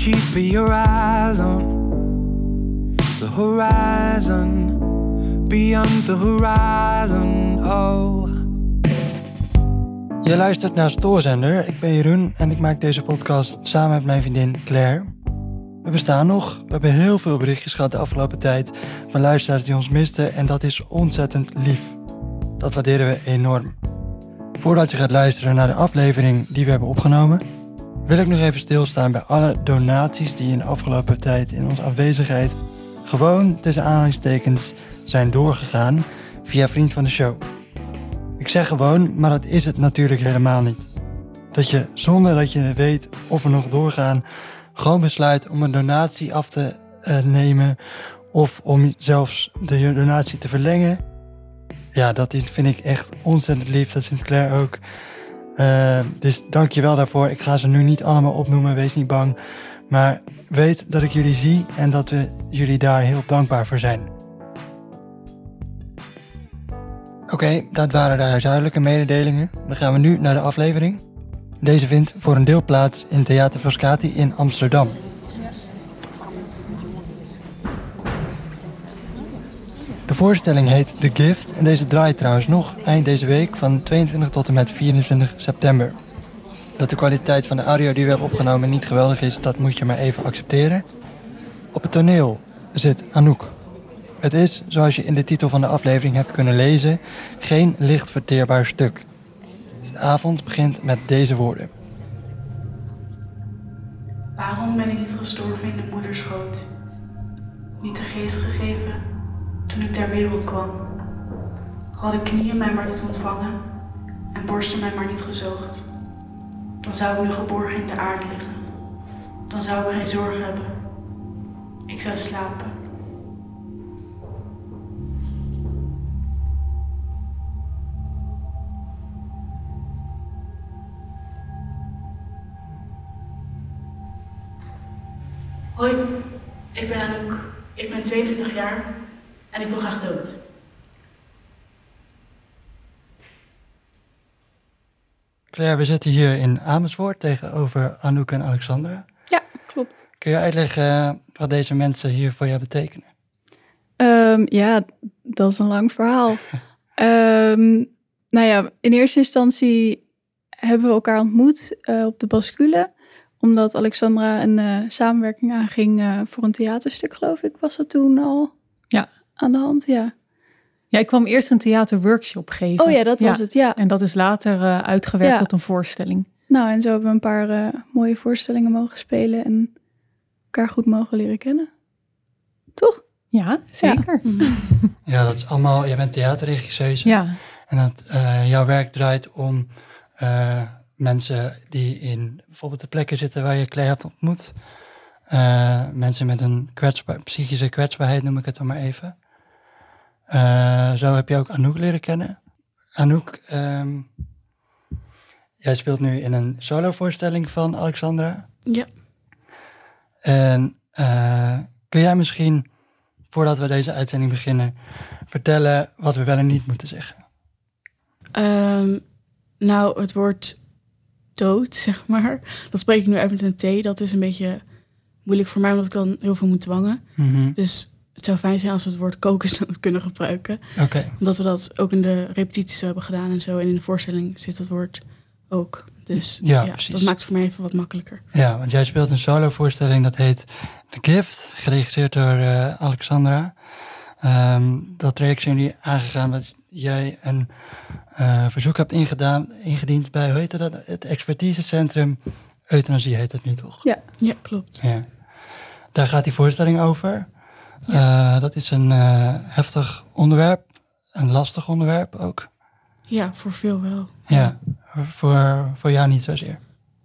keep your eyes on the horizon, beyond the horizon, oh. Je luistert naar Stoorzender. Ik ben Jeroen en ik maak deze podcast samen met mijn vriendin Claire. We bestaan nog. We hebben heel veel berichtjes gehad de afgelopen tijd van luisteraars die ons misten en dat is ontzettend lief. Dat waarderen we enorm. Voordat je gaat luisteren naar de aflevering die we hebben opgenomen, wil ik nog even stilstaan bij alle donaties die in de afgelopen tijd in onze afwezigheid gewoon tussen aanhalingstekens zijn doorgegaan via Vriend van de Show. Ik zeg gewoon, maar dat is het natuurlijk helemaal niet. Dat je zonder dat je weet of we nog doorgaan, gewoon besluit om een donatie af te nemen of om zelfs de donatie te verlengen. Ja, dat vind ik echt ontzettend lief. Dat vindt Claire ook. Dus dank je wel daarvoor. Ik ga ze nu niet allemaal opnoemen, wees niet bang. Maar weet dat ik jullie zie en dat we jullie daar heel dankbaar voor zijn. Oké, dat waren de huishoudelijke mededelingen. Dan gaan we nu naar de aflevering. Deze vindt voor een deel plaats in Theater Frascati in Amsterdam. De voorstelling heet The Gift en deze draait trouwens nog eind deze week van 22 tot en met 24 september. Dat de kwaliteit van de audio die we hebben opgenomen niet geweldig is, dat moet je maar even accepteren. Op het toneel zit Anouk. Het is, zoals je in de titel van de aflevering hebt kunnen lezen, geen licht verteerbaar stuk. De avond begint met deze woorden. Waarom ben ik niet gestorven in de moederschoot? Niet de geest gegeven toen ik ter wereld kwam. Hadden knieën mij maar niet ontvangen en borsten mij maar niet gezoogd. Dan zou ik nu geborgen in de aarde liggen. Dan zou ik geen zorg hebben. Ik zou slapen. Hoi, ik ben Anouk. Ik ben 22 jaar en ik wil graag dood. Claire, we zitten hier in Amersfoort tegenover Anouk en Alexandra. Ja, klopt. Kun je uitleggen wat deze mensen hier voor jou betekenen? Ja, dat is een lang verhaal. Nou ja, in eerste instantie hebben we elkaar ontmoet op de Bascule. Omdat Alexandra een samenwerking aanging voor een theaterstuk, geloof ik. Was dat toen al aan de hand? Ja. Ja, ik kwam eerst een theaterworkshop geven. Oh ja, dat was het, ja. En dat is later uitgewerkt tot een voorstelling. Nou, en zo hebben we een paar mooie voorstellingen mogen spelen en elkaar goed mogen leren kennen. Toch? Ja, zeker. Ja, Ja, dat is allemaal, jij bent theaterregisseuse. Ja. En dat, jouw werk draait om mensen die in bijvoorbeeld de plekken zitten waar je Claire hebt ontmoet. Mensen met een psychische kwetsbaarheid, noem ik het dan maar even. Zo heb je ook Anouk leren kennen. Anouk, jij speelt nu in een solovoorstelling van Alexandra. Ja. En kun jij misschien, voordat we deze uitzending beginnen, vertellen wat we wel en niet moeten zeggen? Nou, het woord dood, zeg maar. Dat spreek ik nu uit met een T. Dat is een beetje moeilijk voor mij, omdat ik dan heel veel moet dwangen. Mm-hmm. Dus het zou fijn zijn als we het woord kokosnoot kunnen gebruiken. Oké. Omdat we dat ook in de repetities hebben gedaan en zo. En in de voorstelling zit dat woord ook. Dus Ja, ja, precies. dat maakt het voor mij even wat makkelijker. Ja, want jij speelt een solovoorstelling dat heet The Gift, geregisseerd door Alexandra. Dat traject zijn jullie aangegaan dat jij een verzoek hebt ingediend bij, hoe heet dat? Het expertisecentrum Euthanasie heet het nu toch? Ja. Ja, klopt. Ja. Daar gaat die voorstelling over. Dat is een heftig onderwerp, een lastig onderwerp ook. Ja, voor veel wel. Ja, voor jou niet zozeer.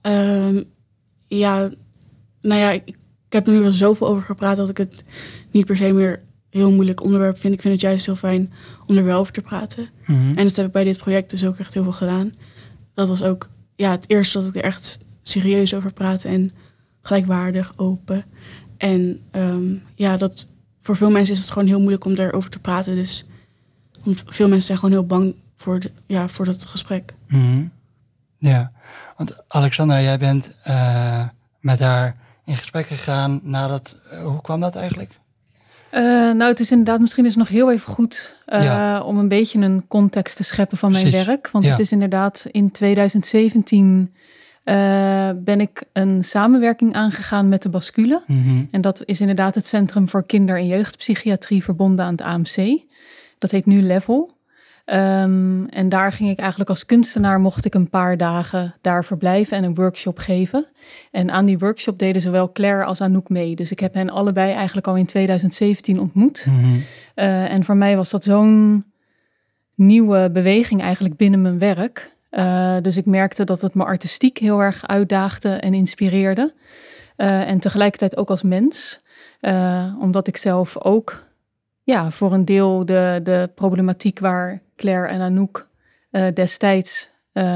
Ja, nou ja, ik heb er nu wel zoveel over gepraat dat ik het niet per se meer heel moeilijk onderwerp vind. Ik vind het juist heel fijn om er wel over te praten. Mm-hmm. En dat heb ik bij dit project dus ook echt heel veel gedaan. Dat was ook het eerste dat ik er echt serieus over praatte en gelijkwaardig, open. En dat voor veel mensen is het gewoon heel moeilijk om daarover te praten. Dus veel mensen zijn gewoon heel bang voor dat gesprek. Mm-hmm. Ja, want Alexandra, jij bent met haar in gesprek gegaan nadat... hoe kwam dat eigenlijk? Het is inderdaad, misschien is het nog heel even goed om een beetje een context te scheppen van mijn werk. Want het is inderdaad in 2017 ben ik een samenwerking aangegaan met de Bascule. Mm-hmm. En dat is inderdaad het Centrum voor Kinder- en Jeugdpsychiatrie verbonden aan het AMC. Dat heet nu Level. En daar ging ik eigenlijk als kunstenaar, mocht ik een paar dagen daar verblijven en een workshop geven. En aan die workshop deden zowel Claire als Anouk mee. Dus ik heb hen allebei eigenlijk al in 2017 ontmoet. Mm-hmm. En voor mij was dat zo'n nieuwe beweging eigenlijk binnen mijn werk. Dus ik merkte dat het me artistiek heel erg uitdaagde en inspireerde. En tegelijkertijd ook als mens. Omdat ik zelf ook voor een deel de problematiek waar Claire en Anouk destijds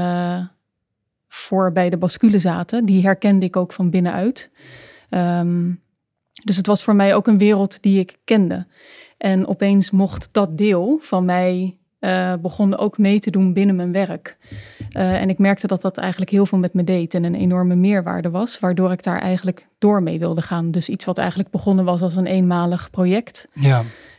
voor bij de Bascule zaten, die herkende ik ook van binnenuit. Dus het was voor mij ook een wereld die ik kende. En opeens mocht dat deel van mij begon ook mee te doen binnen mijn werk. En ik merkte dat dat eigenlijk heel veel met me deed en een enorme meerwaarde was, waardoor ik daar eigenlijk door mee wilde gaan. Dus iets wat eigenlijk begonnen was als een eenmalig project. Ja.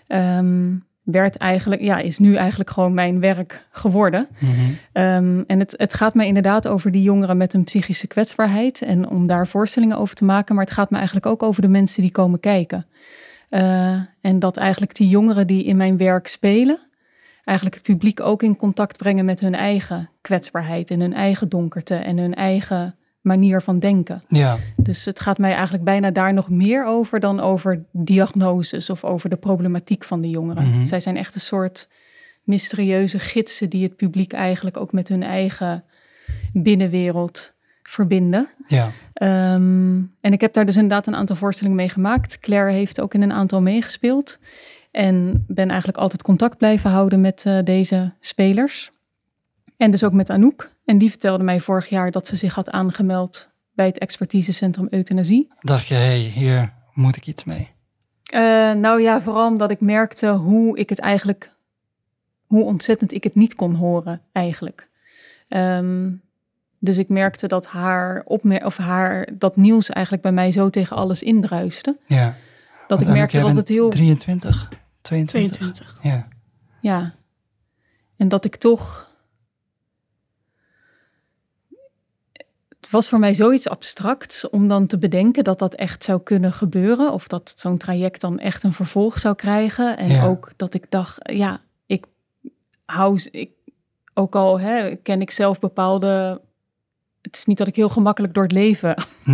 Is nu eigenlijk gewoon mijn werk geworden. Mm-hmm. En het gaat mij inderdaad over die jongeren met een psychische kwetsbaarheid en om daar voorstellingen over te maken. Maar het gaat me eigenlijk ook over de mensen die komen kijken. En dat eigenlijk die jongeren die in mijn werk spelen, eigenlijk het publiek ook in contact brengen met hun eigen kwetsbaarheid en hun eigen donkerte en hun eigen manier van denken. Ja. Dus het gaat mij eigenlijk bijna daar nog meer over dan over diagnoses of over de problematiek van de jongeren. Mm-hmm. Zij zijn echt een soort mysterieuze gidsen die het publiek eigenlijk ook met hun eigen binnenwereld verbinden. Ja. En ik heb daar dus inderdaad een aantal voorstellingen mee gemaakt. Claire heeft ook in een aantal meegespeeld. En ben eigenlijk altijd contact blijven houden met deze spelers. En dus ook met Anouk. En die vertelde mij vorig jaar dat ze zich had aangemeld bij het expertisecentrum euthanasie. Dacht je, hier moet ik iets mee? Vooral omdat ik merkte hoe ontzettend ik het niet kon horen eigenlijk. Dus ik merkte dat dat nieuws eigenlijk bij mij zo tegen alles indruiste. Ja. Dat ik merkte dat het heel... 23, 22. Ja. Ja. En dat ik toch... Het was voor mij zoiets abstracts om dan te bedenken dat dat echt zou kunnen gebeuren. Of dat zo'n traject dan echt een vervolg zou krijgen. En ook dat ik dacht, ook al ken ik zelf bepaalde... Het is niet dat ik heel gemakkelijk door het leven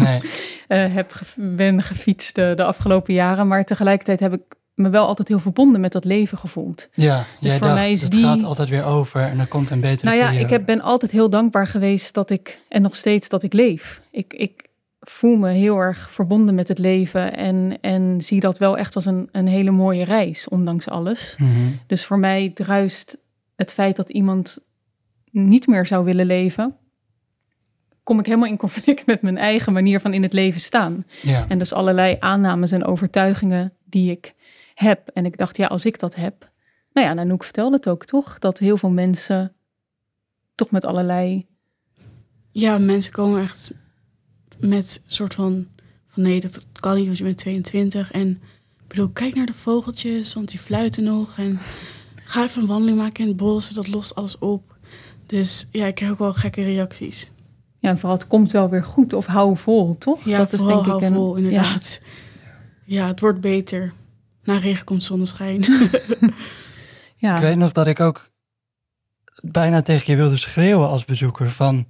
ben gefietst de afgelopen jaren. Maar tegelijkertijd heb ik me wel altijd heel verbonden met dat leven gevoeld. Ja, dus jij voor dacht, mij is het gaat altijd weer over en er komt een betere periode. Ik ben altijd heel dankbaar geweest en nog steeds dat ik leef. Ik voel me heel erg verbonden met het leven en zie dat wel echt als een hele mooie reis, ondanks alles. Mm-hmm. Dus voor mij druist het feit dat iemand niet meer zou willen leven, kom ik helemaal in conflict met mijn eigen manier van in het leven staan. Ja. En dus allerlei aannames en overtuigingen die ik heb. En ik dacht, als ik dat heb... Anouk vertelde het ook, toch? Dat heel veel mensen toch met allerlei... Ja, mensen komen echt met soort van nee, dat kan niet, want je bent 22. En ik bedoel, kijk naar de vogeltjes, want die fluiten nog. En ga even een wandeling maken in het bos, dat lost alles op. Dus ik krijg ook wel gekke reacties. Ja, en vooral het komt wel weer goed of hou vol, toch? Ja, dat is denk ik vol, inderdaad. Ja, het wordt beter. Na regen komt zonneschijn. Ja. Ik weet nog dat ik ook bijna tegen je wilde schreeuwen als bezoeker van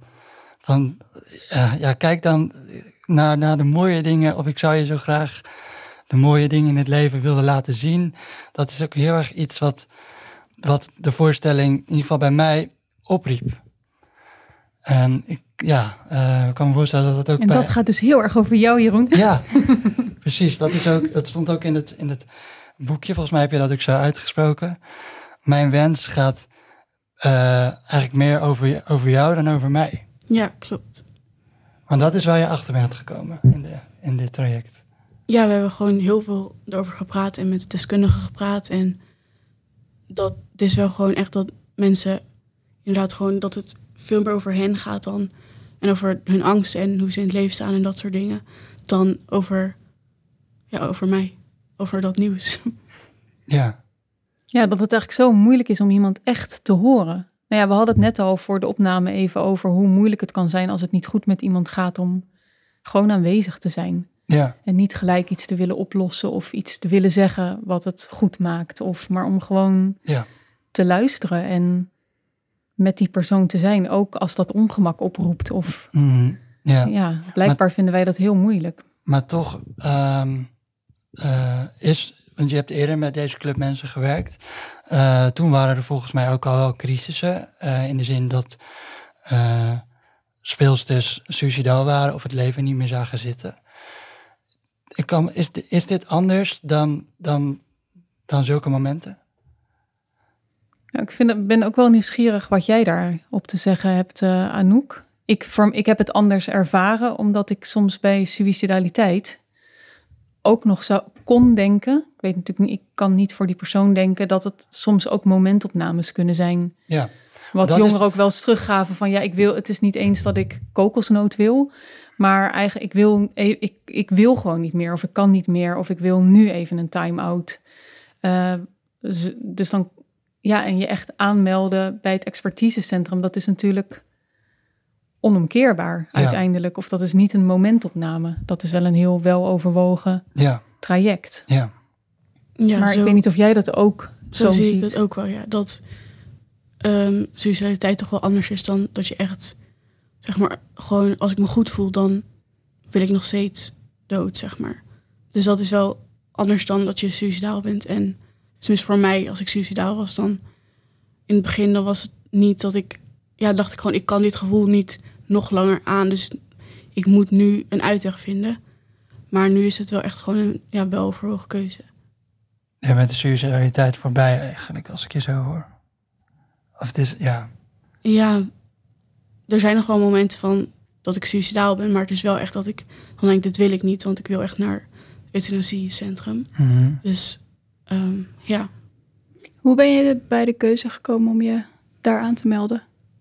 kijk dan naar de mooie dingen, of ik zou je zo graag de mooie dingen in het leven willen laten zien. Dat is ook heel erg iets wat de voorstelling in ieder geval bij mij opriep. En ik kan me voorstellen dat dat ook en dat gaat dus heel erg over jou, Jeroen. Ja, precies. Dat stond ook in het boekje. Volgens mij heb je dat ook zo uitgesproken. Mijn wens gaat eigenlijk meer over jou dan over mij. Ja, klopt. Want dat is waar je achter bent gekomen in dit traject. Ja, we hebben gewoon heel veel erover gepraat en met deskundigen gepraat. En dat is wel gewoon echt dat mensen inderdaad gewoon dat het veel meer over hen gaat dan. En over hun angsten en hoe ze in het leven staan en dat soort dingen. dan over mij, over dat nieuws. Ja. Ja, dat het eigenlijk zo moeilijk is om iemand echt te horen. Nou ja, we hadden het net al voor de opname even over hoe moeilijk het kan zijn als het niet goed met iemand gaat om gewoon aanwezig te zijn. Ja. En niet gelijk iets te willen oplossen of iets te willen zeggen wat het goed maakt. Maar om gewoon te luisteren en met die persoon te zijn, ook als dat ongemak oproept. Of blijkbaar vinden wij dat heel moeilijk. Maar toch want je hebt eerder met deze club mensen gewerkt. Toen waren er volgens mij ook al wel crisissen. In de zin dat speelsters suicidaal waren of het leven niet meer zagen zitten. Is dit anders dan zulke momenten? Ja, ik ben ook wel nieuwsgierig wat jij daarop te zeggen hebt, Anouk. Ik heb het anders ervaren, omdat ik soms bij suïcidaliteit ook nog kon denken. Ik weet natuurlijk niet, ik kan niet voor die persoon denken dat het soms ook momentopnames kunnen zijn. Ja. Wat jongeren ook wel eens teruggaven van het is niet eens dat ik kokosnoot wil, maar eigenlijk ik wil gewoon niet meer of ik kan niet meer of ik wil nu even een time-out. Dus dan en je echt aanmelden bij het expertisecentrum, dat is natuurlijk onomkeerbaar uiteindelijk. Of dat is niet een momentopname. Dat is wel een heel weloverwogen traject. Ja. Maar ik weet niet of jij dat ook zo ziet. Zo zie ik het ook wel, ja. Dat suicidaliteit toch wel anders is dan dat je echt, zeg maar, gewoon als ik me goed voel, dan wil ik nog steeds dood, zeg maar. Dus dat is wel anders dan dat je suicidaal bent. En tenminste voor mij, als ik suicidaal was, dan in het begin, dan was het niet dat dacht ik gewoon, ik kan dit gevoel niet nog langer aan. Dus ik moet nu een uitweg vinden. Maar nu is het wel echt gewoon een weloverwogen keuze. Je bent de suicidaliteit voorbij eigenlijk, als ik je zo hoor. Of het is, Ja, er zijn nog wel momenten van dat ik suicidaal ben. Maar het is wel echt dat ik dan denk, dit wil ik niet. Want ik wil echt naar het euthanasiecentrum. Mm-hmm. Dus Hoe ben je bij de keuze gekomen om je daar aan te melden?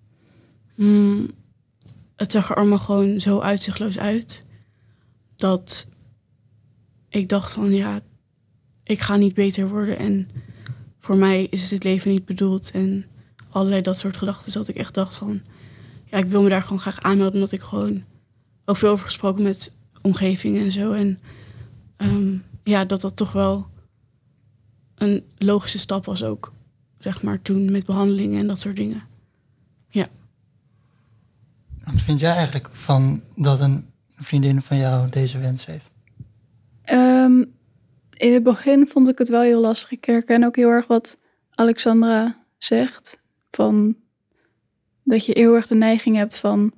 Het zag er allemaal gewoon zo uitzichtloos uit. Dat ik dacht van ik ga niet beter worden. En voor mij is dit leven niet bedoeld. En allerlei dat soort gedachten. Dat ik echt dacht van ik wil me daar gewoon graag aanmelden. Omdat ik gewoon ook veel over gesproken met omgeving en zo. En dat toch wel een logische stap was ook. Zeg maar toen met behandelingen en dat soort dingen. Ja. Wat vind jij eigenlijk van dat een vriendin van jou deze wens heeft? In het begin vond ik het wel heel lastig. Ik herken ook heel erg wat Alexandra zegt. Van dat je heel erg de neiging hebt van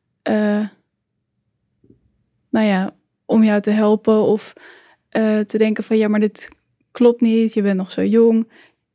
om jou te helpen. Of te denken van maar dit klopt niet. Je bent nog zo jong.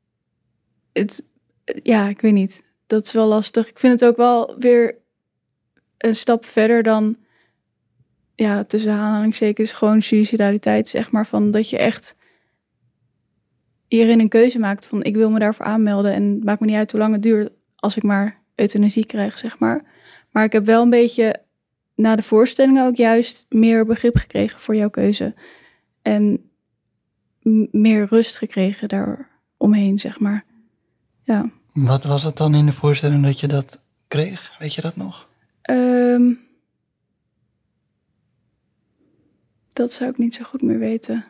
Ik weet niet. Dat is wel lastig. Ik vind het ook wel weer een stap verder dan tussen aanhalingstekens gewoon suicidaliteit, zeg maar, van dat je echt hierin een keuze maakt van ik wil me daarvoor aanmelden en het maakt me niet uit hoe lang het duurt als ik maar euthanasie krijg, zeg maar. Maar ik heb wel een beetje na de voorstellingen ook juist meer begrip gekregen voor jouw keuze en meer rust gekregen daaromheen, zeg maar. Ja. Wat was het dan in de voorstelling dat je dat kreeg? Weet je dat nog? Dat zou ik niet zo goed meer weten.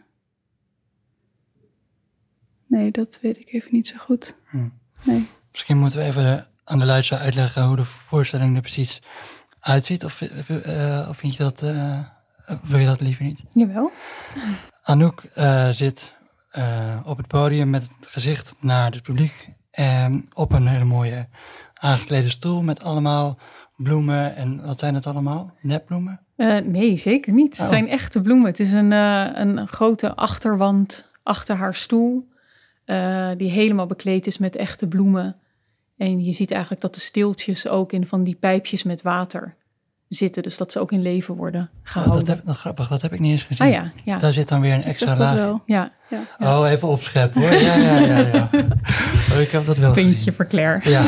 Nee, dat weet ik even niet zo goed. Nee. Misschien moeten we even aan de luisteraar uitleggen hoe de voorstelling er precies uitziet. Of vind je dat, wil je dat liever niet? Jawel. Anouk zit op het podium met het gezicht naar het publiek. Op een hele mooie aangeklede stoel met allemaal bloemen. En wat zijn het allemaal? Nepbloemen? Nee, zeker niet. Het zijn echte bloemen. Het is een grote achterwand achter haar stoel. Die helemaal bekleed is met echte bloemen. En je ziet eigenlijk dat de steeltjes ook in van die pijpjes met water zitten. Dus dat ze ook in leven worden gehouden. Dat heb ik nog grappig. Dat heb ik niet eens gezien. Ah ja. Daar zit dan weer een extra laag. Wel. Ja. Oh, even opscheppen hoor. Ja. Oh, ik heb dat wel Puntje gezien. voor Claire. Ja.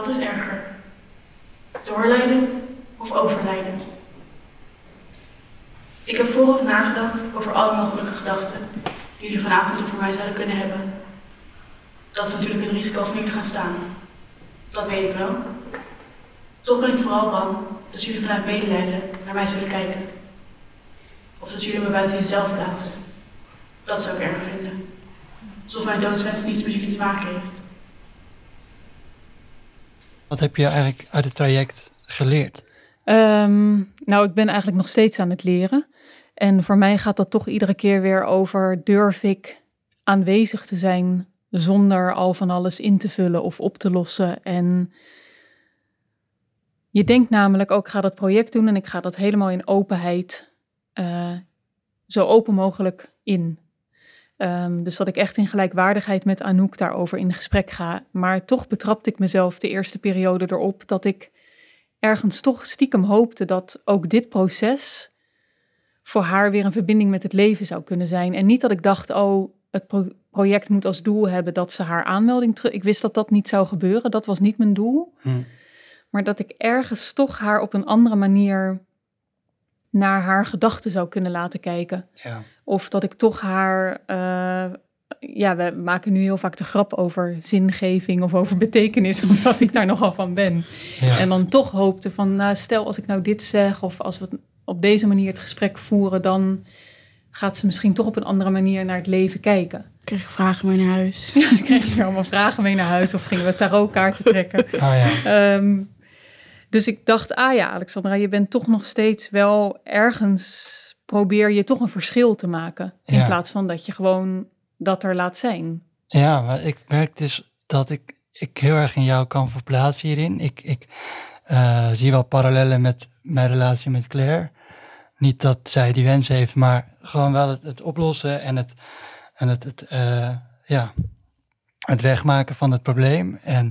Wat is erger? Doorlijden of overlijden? Ik heb vooraf nagedacht over alle mogelijke gedachten die jullie vanavond over mij zouden kunnen hebben. Dat is natuurlijk het risico van jullie te gaan staan. Dat weet ik wel. Toch ben ik vooral bang dat jullie vanuit medelijden naar mij zullen kijken. Of dat jullie me buiten jezelf plaatsen. Dat zou ik erg vinden. Alsof mijn doodswens niets met jullie te maken heeft. Wat heb je eigenlijk uit het traject geleerd? Nou, ik ben eigenlijk nog steeds aan het leren. En voor mij gaat dat toch iedere keer weer over: durf ik aanwezig te zijn zonder al van alles in te vullen of op te lossen. En je denkt namelijk ook: ik ga dat project doen en ik ga dat helemaal in openheid, zo open mogelijk in. Dus dat ik echt in gelijkwaardigheid met Anouk daarover in gesprek ga. Maar toch betrapte ik mezelf de eerste periode erop dat ik ergens toch stiekem hoopte dat ook dit proces voor haar weer een verbinding met het leven zou kunnen zijn. En niet dat ik dacht, het project moet als doel hebben dat ze haar aanmelding terug... Ik wist dat dat niet zou gebeuren, dat was niet mijn doel. Maar dat ik ergens toch haar op een andere manier naar haar gedachten zou kunnen laten kijken. Ja. Of dat ik toch haar... we maken nu heel vaak de grap over zingeving of over betekenis, omdat ik daar nogal van ben. Ja. En dan toch hoopte van, stel als ik nou dit zeg, of als we op deze manier het gesprek voeren, dan gaat ze misschien toch op een andere manier naar het leven kijken. Kreeg ik vragen mee naar huis? Ja, dan kreeg ze allemaal vragen mee naar huis of gingen we tarotkaarten trekken. Dus ik dacht, Alexandra, je bent toch nog steeds wel ergens, probeer je toch een verschil te maken. In plaats van dat je gewoon dat er laat zijn. Ja, maar ik merk dus dat ik heel erg in jou kan verplaatsen hierin. Ik zie wel parallellen met mijn relatie met Claire. Niet dat zij die wens heeft, maar gewoon wel het oplossen en het wegmaken van het probleem. En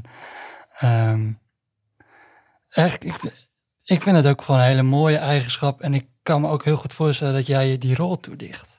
ik vind het ook gewoon een hele mooie eigenschap. En ik kan me ook heel goed voorstellen dat jij je die rol toedicht.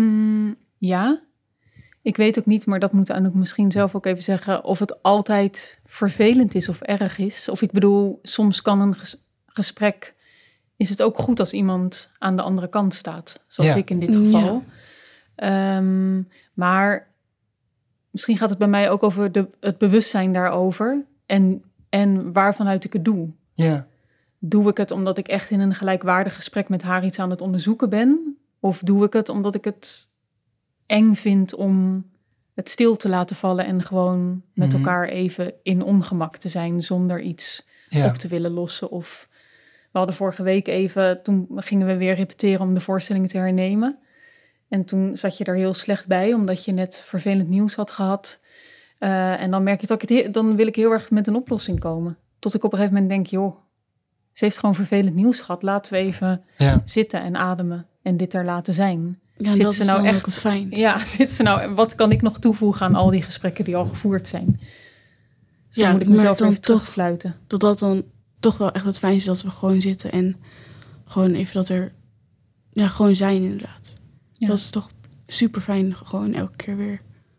Ja. Ik weet ook niet, maar dat moet Anouk misschien zelf ook even zeggen, of het altijd vervelend is of erg is. Of ik bedoel, soms kan een gesprek, is het ook goed als iemand aan de andere kant staat. Zoals ik in dit geval. Ja. Maar misschien gaat het bij mij ook over het bewustzijn daarover. En waarvanuit ik het doe. Ja. Doe ik het omdat ik echt in een gelijkwaardig gesprek met haar iets aan het onderzoeken ben? Of doe ik het omdat ik het eng vind om het stil te laten vallen en gewoon met elkaar even in ongemak te zijn zonder iets op te willen lossen? Of we hadden vorige week toen gingen we weer repeteren om de voorstellingen te hernemen. En toen zat je er heel slecht bij, omdat je net vervelend nieuws had gehad. En dan merk je dat dan wil ik heel erg met een oplossing komen. Tot ik op een gegeven moment denk, joh, ze heeft gewoon vervelend nieuws gehad. Laten we even zitten en ademen en dit er laten zijn. Ja, dat is nou echt fijn. Ja, wat kan ik nog toevoegen aan al die gesprekken die al gevoerd zijn? Dus dan moet ik mezelf even terugfluiten. Dat dan toch wel echt het fijnste is dat we gewoon zitten en gewoon even dat er gewoon zijn inderdaad. Ja. Dat is toch super fijn, gewoon elke keer weer.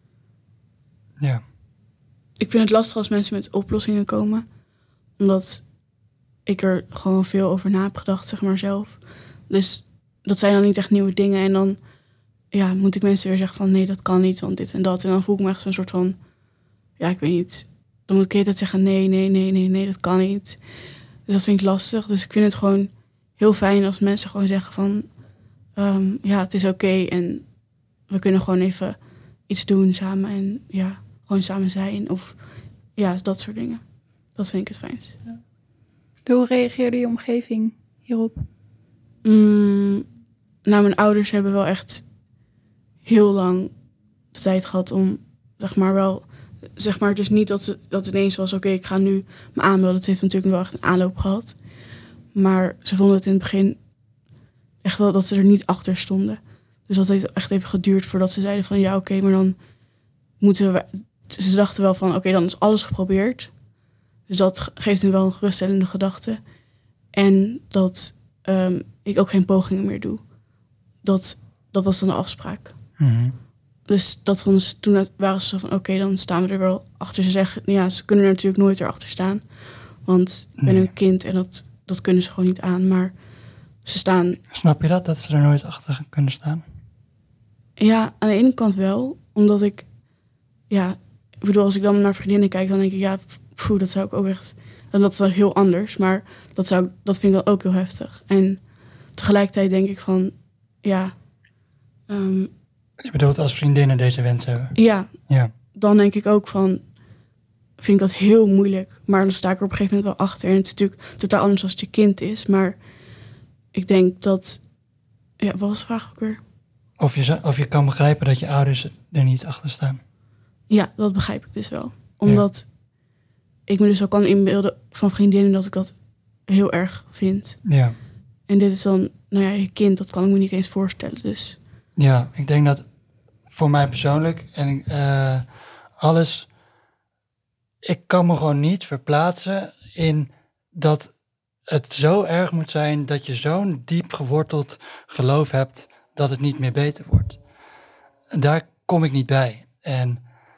Ja. Ik vind het lastig als mensen met oplossingen komen, omdat ik er gewoon veel over na heb gedacht, zeg maar zelf. Dus dat zijn dan niet echt nieuwe dingen. En dan moet ik mensen weer zeggen van nee, dat kan niet, want dit en dat. En dan voel ik me echt zo'n soort van, ik weet niet. Dan moet ik de hele tijd zeggen nee, dat kan niet. Dus dat vind ik lastig. Dus ik vind het gewoon heel fijn als mensen gewoon zeggen van het is oké en we kunnen gewoon even iets doen samen en gewoon samen zijn. Of dat soort dingen. Dat vind ik het fijnst. Ja. Hoe reageerde je omgeving hierop? Mijn ouders hebben wel echt heel lang de tijd gehad om, dus niet dat ineens was, oké, ik ga nu me aanmelden. Het heeft natuurlijk wel echt een aanloop gehad. Maar ze vonden het in het begin echt wel dat ze er niet achter stonden. Dus dat heeft echt even geduurd voordat ze zeiden van oké, maar dan moeten we... Ze dachten wel van oké, dan is alles geprobeerd. Dus dat geeft hun wel een geruststellende gedachte. En dat ik ook geen pogingen meer doe. Dat was dan de afspraak. Dus dat vonden ze, toen waren ze van oké, dan staan we er wel achter. Ze zeggen, ja, ze kunnen er natuurlijk nooit erachter staan. Want ik ben een kind en dat kunnen ze gewoon niet aan. Maar ze staan... Snap je dat ze er nooit achter kunnen staan? Ja, aan de ene kant wel. Omdat ik... Ja, ik bedoel, als ik dan naar vriendinnen kijk, dan denk ik... Ja, dat zou ik ook echt... En dat is wel heel anders. Maar dat vind ik dan ook heel heftig. En tegelijkertijd denk ik van... Ja... Je bedoelt als vriendinnen deze wens hebben? Ja. Ja. Dan denk ik ook van... Vind ik dat heel moeilijk. Maar dan sta ik er op een gegeven moment wel achter. En het is natuurlijk totaal anders als het je kind is. Maar ik denk dat... Ja, wat was de vraag ook weer? Of je kan begrijpen dat je ouders er niet achter staan. Ja, dat begrijp ik dus wel. Omdat ik me dus al kan inbeelden van vriendinnen dat ik dat heel erg vind. Ja. En dit is dan, nou ja, je kind, dat kan ik me niet eens voorstellen. Dus. Ja, ik denk dat voor mij persoonlijk en alles... Ik kan me gewoon niet verplaatsen in dat het zo erg moet zijn dat je zo'n diep geworteld geloof hebt dat het niet meer beter wordt. Daar kom ik niet bij. En,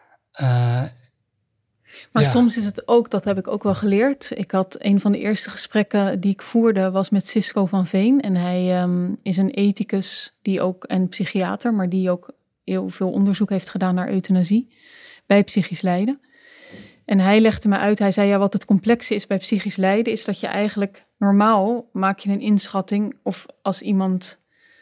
maar soms is het ook, dat heb ik ook wel geleerd. Ik had een van de eerste gesprekken die ik voerde was met Cisco van Veen. En hij is een ethicus en psychiater, maar die ook heel veel onderzoek heeft gedaan naar euthanasie bij psychisch lijden. En hij legde me uit, hij zei, ja, wat het complexe is bij psychisch lijden is dat je eigenlijk normaal maak je een inschatting of als iemand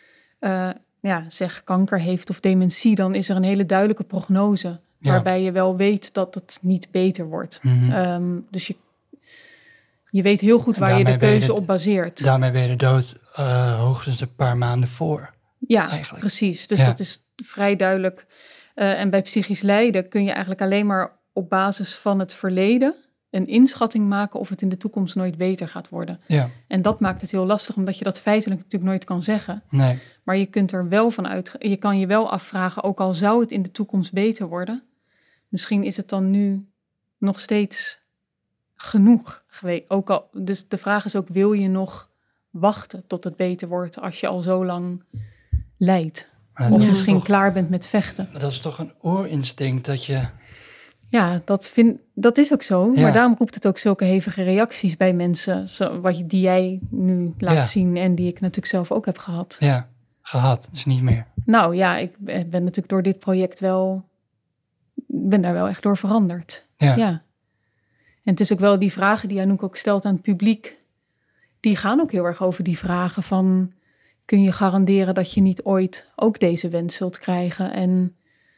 zeg kanker heeft of dementie, dan is er een hele duidelijke prognose waarbij je wel weet dat het niet beter wordt. Mm-hmm. Dus je weet heel goed waar je de keuze op baseert. Daarmee ben je de dood hoogstens een paar maanden voor. Ja, eigenlijk. Precies. Dus dat is vrij duidelijk. En bij psychisch lijden kun je eigenlijk alleen maar op basis van het verleden een inschatting maken of het in de toekomst nooit beter gaat worden. Ja. En dat maakt het heel lastig, omdat je dat feitelijk natuurlijk nooit kan zeggen. Nee. Maar je kunt er wel van uit, je kan je wel afvragen, ook al zou het in de toekomst beter worden, misschien is het dan nu nog steeds genoeg geweest. Dus de vraag is ook, wil je nog wachten tot het beter wordt als je al zo lang lijdt? Of misschien klaar bent met vechten. Dat is toch een oerinstinct dat je... Ja, dat is ook zo. Ja. Maar daarom roept het ook zulke hevige reacties bij mensen. Die jij nu laat zien en die ik natuurlijk zelf ook heb gehad. Ja, gehad, dus niet meer. Nou ja, ik ben natuurlijk door dit project ben daar wel echt door veranderd. Ja. En het is ook wel die vragen die Anouk ook stelt aan het publiek. Die gaan ook heel erg over die vragen van... Kun je garanderen dat je niet ooit ook deze wens zult krijgen? En...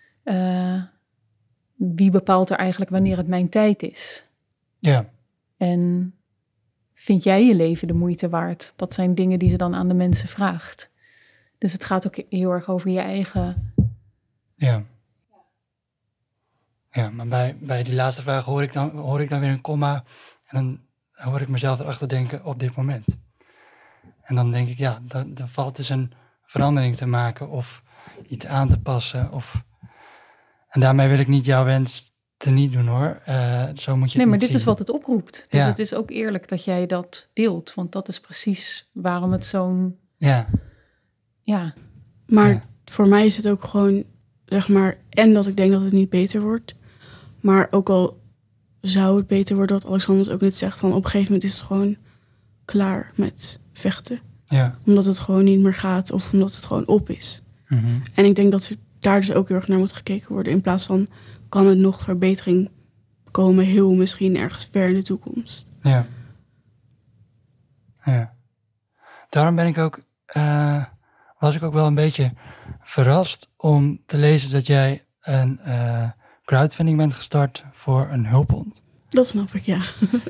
wie bepaalt er eigenlijk wanneer het mijn tijd is? Ja. En vind jij je leven de moeite waard? Dat zijn dingen die ze dan aan de mensen vraagt. Dus het gaat ook heel erg over je eigen... Ja. Ja, maar bij die laatste vraag hoor ik dan weer een komma. En dan hoor ik mezelf erachter denken op dit moment. En dan denk ik, ja, dan valt dus een verandering te maken of iets aan te passen of... En daarmee wil ik niet jouw wens teniet doen, hoor. Zo moet je maar dit is wat het oproept. Dus het is ook eerlijk dat jij dat deelt. Want dat is precies waarom het zo'n... Ja. Maar voor mij is het ook gewoon, zeg maar... En dat ik denk dat het niet beter wordt. Maar ook al zou het beter worden... wat Alexander ook net zegt... van op een gegeven moment is het gewoon klaar met vechten. Ja. Omdat het gewoon niet meer gaat... of omdat het gewoon op is. Mm-hmm. En ik denk dat ze... daar dus ook heel erg naar moet gekeken worden. In plaats van, kan het nog verbetering komen, heel misschien ergens ver in de toekomst. Ja. Daarom ben ik ook, was ik ook wel een beetje verrast om te lezen dat jij een crowdfunding bent gestart voor een hulphond. Dat snap ik, ja.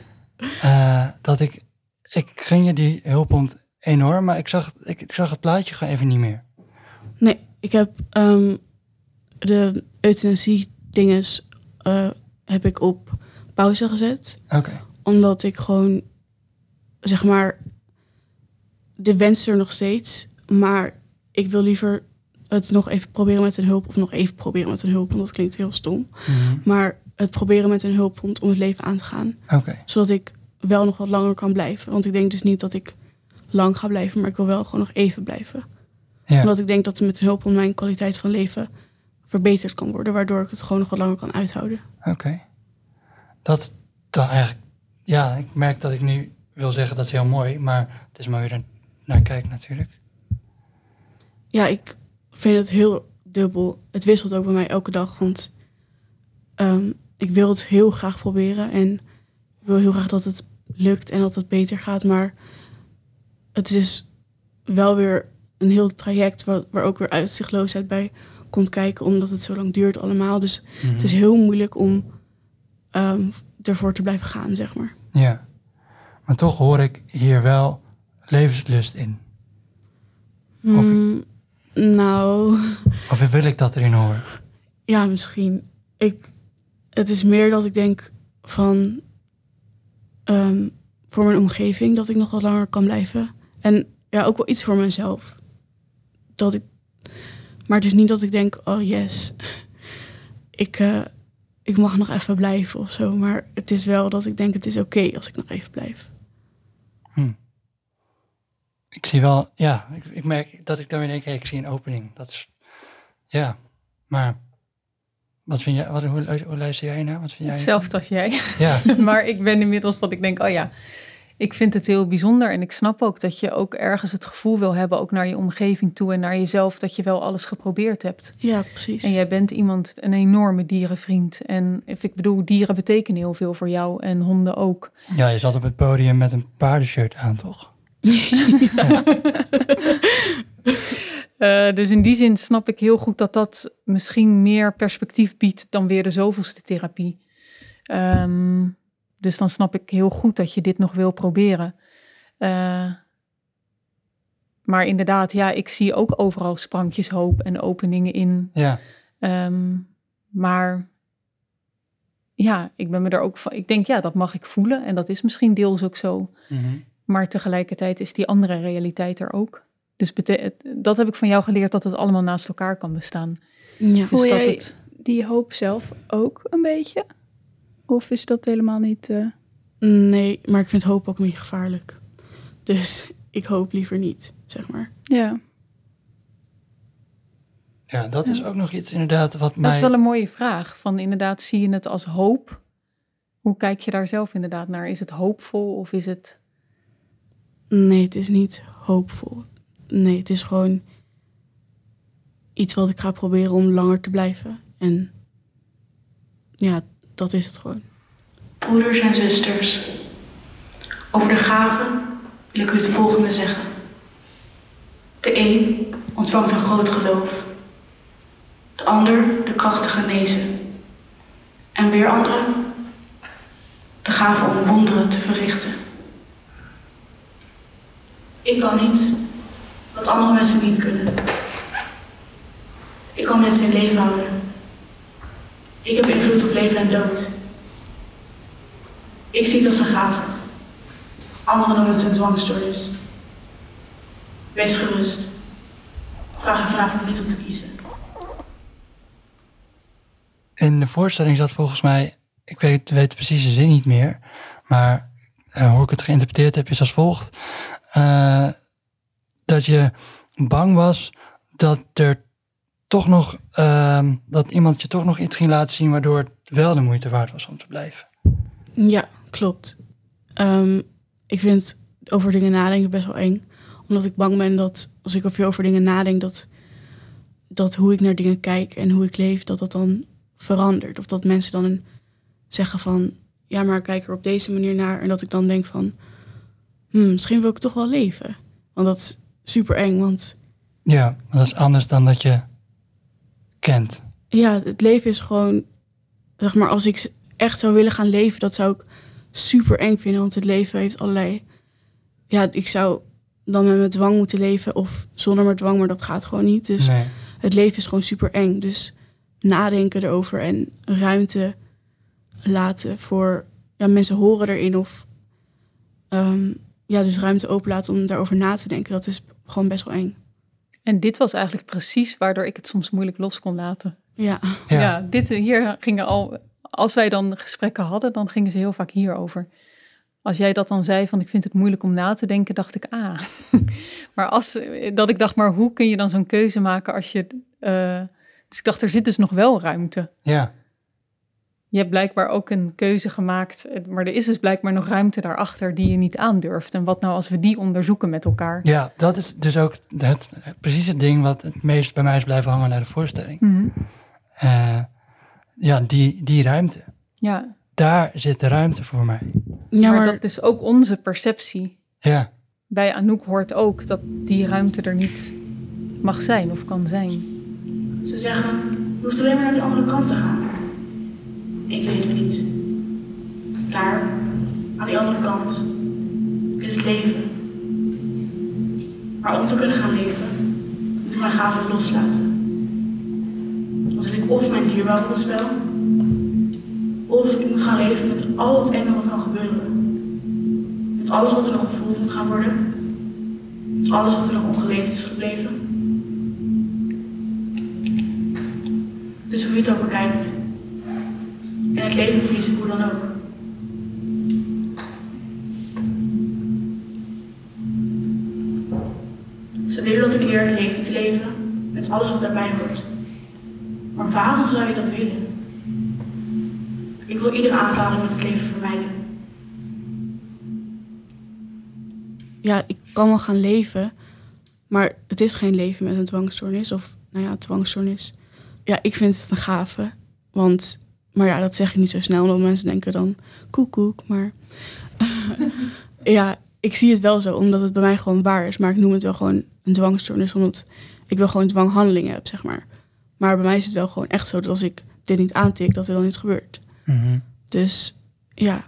Ik gun je die hulphond enorm, maar ik zag het plaatje gewoon even niet meer. Nee, ik heb de euthanasie-dinges heb ik op pauze gezet. Okay. Omdat ik gewoon, zeg maar, de wens er nog steeds. Maar ik wil liever het nog even proberen met een hulp. Of nog even proberen met een hulphond. Dat klinkt heel stom. Mm-hmm. Maar het proberen met een hulphond om het leven aan te gaan. Okay. Zodat ik wel nog wat langer kan blijven. Want ik denk dus niet dat ik lang ga blijven. Maar ik wil wel gewoon nog even blijven. Ja. Omdat ik denk dat met een hulphond mijn kwaliteit van leven verbeterd kan worden, waardoor ik het gewoon nog wat langer kan uithouden. Oké. Dat dan eigenlijk... Ja, ik merk dat ik nu wil zeggen dat is heel mooi, maar het is mooi er naar kijkt natuurlijk. Ja, ik vind het heel dubbel. Het wisselt ook bij mij elke dag, want ik wil het heel graag proberen en ik wil heel graag dat het lukt en dat het beter gaat, maar het is wel weer een heel traject waar ook weer uitzichtloosheid bij komt kijken, omdat het zo lang duurt allemaal. Dus het is heel moeilijk om ervoor te blijven gaan, zeg maar. Ja, maar toch hoor ik hier wel levenslust in. Of wil ik dat erin horen? Ja, misschien. Het is meer dat ik denk van voor mijn omgeving dat ik nog wat langer kan blijven. En ja, ook wel iets voor mezelf. Maar het is niet dat ik denk, oh yes, ik mag nog even blijven of zo. Maar het is wel dat ik denk, het is oké als ik nog even blijf. Ik zie wel, ja, ik merk dat ik dan weer denk, ik zie een opening. Dat is, ja, maar wat vind jij, hoe luister jij naar? Wat vind jij? Hetzelfde als jij. Ja. Maar ik ben inmiddels dat ik denk, oh ja, ik vind het heel bijzonder. En ik snap ook dat je ook ergens het gevoel wil hebben, ook naar je omgeving toe en naar jezelf, dat je wel alles geprobeerd hebt. Ja, precies. En jij bent een enorme dierenvriend. En ik bedoel, dieren betekenen heel veel voor jou en honden ook. Ja, je zat op het podium met een paardenshirt aan, toch? Dus in die zin snap ik heel goed dat dat misschien meer perspectief biedt dan weer de zoveelste therapie. Dus dan snap ik heel goed dat je dit nog wil proberen. Maar inderdaad, ja, ik zie ook overal sprankjes hoop en openingen in. Ja. Maar ja, ik ben me er ook van. Ik denk, ja, dat mag ik voelen. En dat is misschien deels ook zo. Mm-hmm. Maar tegelijkertijd is die andere realiteit er ook. Dus dat heb ik van jou geleerd, dat het allemaal naast elkaar kan bestaan. Ja. Voel dus dat jij die hoop zelf ook een beetje? Of is dat helemaal niet... Nee, maar ik vind hoop ook een beetje gevaarlijk. Dus ik hoop liever niet, zeg maar. Ja. Ja, dat is ook nog iets inderdaad wat mij... Dat is wel een mooie vraag. Van inderdaad, zie je het als hoop? Hoe kijk je daar zelf inderdaad naar? Is het hoopvol of is het... Nee, het is niet hoopvol. Nee, het is gewoon iets wat ik ga proberen om langer te blijven. En ja, dat is het gewoon. Broeders en zusters, over de gaven wil ik u het volgende zeggen. De een ontvangt een groot geloof, de ander de kracht te genezen en weer anderen de gave om wonderen te verrichten. Ik kan iets wat andere mensen niet kunnen. Ik kan mensen in leven houden. Ik heb invloed op leven en dood. Ik zie het als een gave. Anderen noemen het een dwangstoornis. Wees gerust. Vraag je vanavond niet om te kiezen. In de voorstelling zat volgens mij, ik weet de precieze zin niet meer, maar hoe ik het geïnterpreteerd heb is als volgt. Dat je bang was dat er toch nog, dat iemand je toch nog iets ging laten zien waardoor het wel de moeite waard was om te blijven. Ja, klopt. Ik vind over dingen nadenken best wel eng. Omdat ik bang ben dat als ik over dingen nadenk, dat hoe ik naar dingen kijk en hoe ik leef, dat dan verandert. Of dat mensen dan zeggen van, ja, maar kijk er op deze manier naar. En dat ik dan denk van, misschien wil ik toch wel leven. Want dat is super eng, want... Ja, maar dat is anders dan dat je kent. Ja, het leven is gewoon, zeg maar, als ik echt zou willen gaan leven, dat zou ik super eng vinden. Want het leven heeft allerlei... Ja, ik zou dan met mijn dwang moeten leven of zonder mijn dwang, maar dat gaat gewoon niet. Dus Nee. Het leven is gewoon super eng. Dus nadenken erover en ruimte laten voor... Ja, mensen horen erin of... dus ruimte openlaten om daarover na te denken. Dat is gewoon best wel eng. En dit was eigenlijk precies waardoor ik het soms moeilijk los kon laten. Ja. Ja. Hier gingen al... Als wij dan gesprekken hadden, dan gingen ze heel vaak hierover. Als jij dat dan zei van ik vind het moeilijk om na te denken, dacht ik Maar dat ik dacht, maar hoe kun je dan zo'n keuze maken als je... Dus ik dacht, er zit dus nog wel ruimte. Ja. Je hebt blijkbaar ook een keuze gemaakt, maar er is dus blijkbaar nog ruimte daarachter die je niet aandurft. En wat nou als we die onderzoeken met elkaar? Ja, dat is dus ook precies het ding wat het meest bij mij is blijven hangen naar de voorstelling. Mhm. Ja, die ruimte. Ja. Daar zit de ruimte voor mij. Ja, maar dat is ook onze perceptie. Ja. Bij Anouk hoort ook dat die ruimte er niet mag zijn of kan zijn. Ze zeggen, je hoeft alleen maar naar die andere kant te gaan. Ik weet het niet. Daar, aan die andere kant, is het leven. Maar om te kunnen gaan leven, moet ik mijn gaven loslaten. Dan zit ik of mijn dierbare op het spel, of ik moet gaan leven met al het enge wat kan gebeuren. Met alles wat er nog gevoeld moet gaan worden. Met alles wat er nog ongeleefd is gebleven. Dus hoe je het ook bekijkt. En het leven verliezen hoe dan ook. Ze willen dat ik leer leven te leven met alles wat daarbij hoort. Maar waarom zou je dat willen? Ik wil iedere aanvaring met het leven vermijden. Ja, ik kan wel gaan leven, maar het is geen leven met een dwangstoornis. Of, nou ja, dwangstoornis. Ja, ik vind het een gave. Maar ja, dat zeg ik niet zo snel, omdat mensen denken dan koekoek. Maar ja, ik zie het wel zo, omdat het bij mij gewoon waar is. Maar ik noem het wel gewoon een dwangstoornis, omdat ik wel gewoon dwanghandelingen heb, zeg maar. Maar bij mij is het wel gewoon echt zo dat als ik dit niet aantik, dat er dan iets gebeurt. Mm-hmm. Dus ja.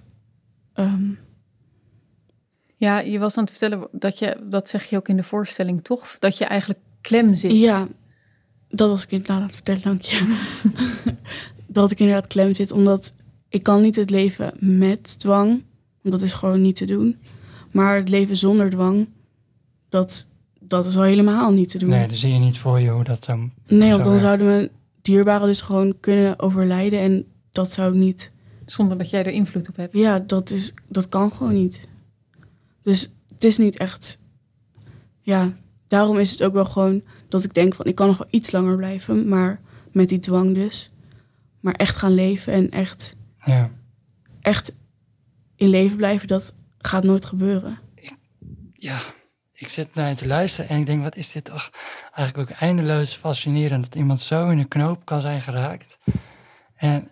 Ja, je was aan het vertellen dat zeg je ook in de voorstelling, toch? Dat je eigenlijk klem zit. Ja, dat was ik inderdaad aan het vertellen, dank je. Dat ik inderdaad klem zit, omdat ik kan niet het leven met dwang, want dat is gewoon niet te doen. Maar het leven zonder dwang, dat is al helemaal niet te doen. Nee, dan zie je niet voor je hoe dat zou... Nee, want dan zouden mijn dierbaren dus gewoon kunnen overlijden en dat zou ik niet... Zonder dat jij er invloed op hebt. Ja, dat kan gewoon niet. Dus het is niet echt... Ja, daarom is het ook wel gewoon dat ik denk van... ik kan nog wel iets langer blijven, maar met die dwang dus. Maar echt gaan leven en echt in leven blijven, dat gaat nooit gebeuren. Ik zit naar je te luisteren en ik denk, wat is dit toch eigenlijk ook eindeloos fascinerend... dat iemand zo in een knoop kan zijn geraakt. En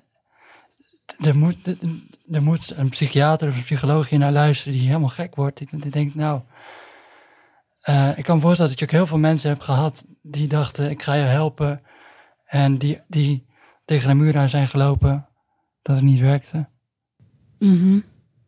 er moet een psychiater of een psycholoog hier naar luisteren die helemaal gek wordt. Die denkt, nou... ik kan me voorstellen dat je ook heel veel mensen hebt gehad die dachten, ik ga je helpen. En die tegen de muur aan zijn gelopen, dat het niet werkte. Mm-hmm.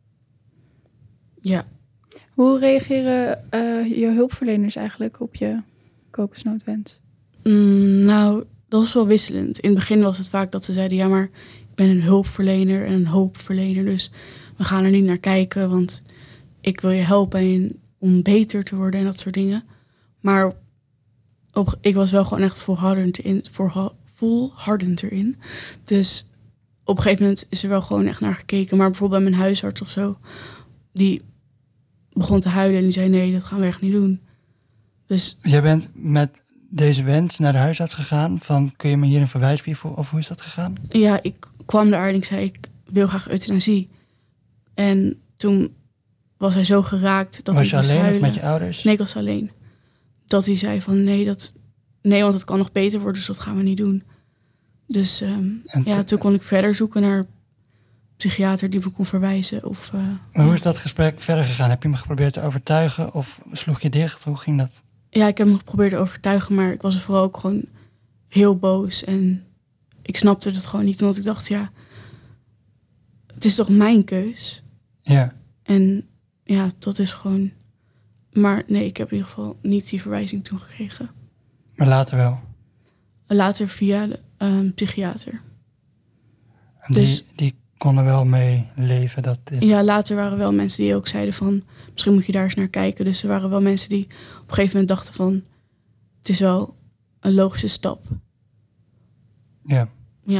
Ja. Hoe reageren je hulpverleners eigenlijk op je kokosnootwens? Nou, dat was wel wisselend. In het begin was het vaak dat ze zeiden, ja, maar ik ben een hulpverlener en een hoopverlener. Dus we gaan er niet naar kijken, want ik wil je helpen om beter te worden en dat soort dingen. Maar ik was wel gewoon echt volhardend erin. Dus op een gegeven moment is er wel gewoon echt naar gekeken. Maar bijvoorbeeld bij mijn huisarts of zo, die begon te huilen en die zei, nee, dat gaan we echt niet doen. Dus jij bent met deze wens naar de huisarts gegaan van, kun je me hier een verwijsbrief voor, of hoe is dat gegaan? Ja, ik kwam daar en ik zei, ik wil graag euthanasie. En toen was hij zo geraakt dat was hij je alleen huilen. of met je ouders? Nee, ik was alleen. Dat hij zei van, nee, want het kan nog beter worden, dus dat gaan we niet doen. Dus toen kon ik verder zoeken naar een psychiater die me kon verwijzen. Maar hoe is dat gesprek verder gegaan? Heb je me geprobeerd te overtuigen of sloeg je dicht? Hoe ging dat? Ja, ik heb me geprobeerd te overtuigen, maar ik was er vooral ook gewoon heel boos. En ik snapte het gewoon niet, omdat ik dacht, ja, het is toch mijn keus? Ja. En ja, dat is gewoon... Maar nee, ik heb in ieder geval niet die verwijzing toen gekregen. Maar later wel? Later via de psychiater. En Dus, die konden wel mee leven dat dit... Ja, later waren wel mensen die ook zeiden van, misschien moet je daar eens naar kijken. Dus er waren wel mensen die op een gegeven moment dachten van, het is wel een logische stap. Ja. Ja.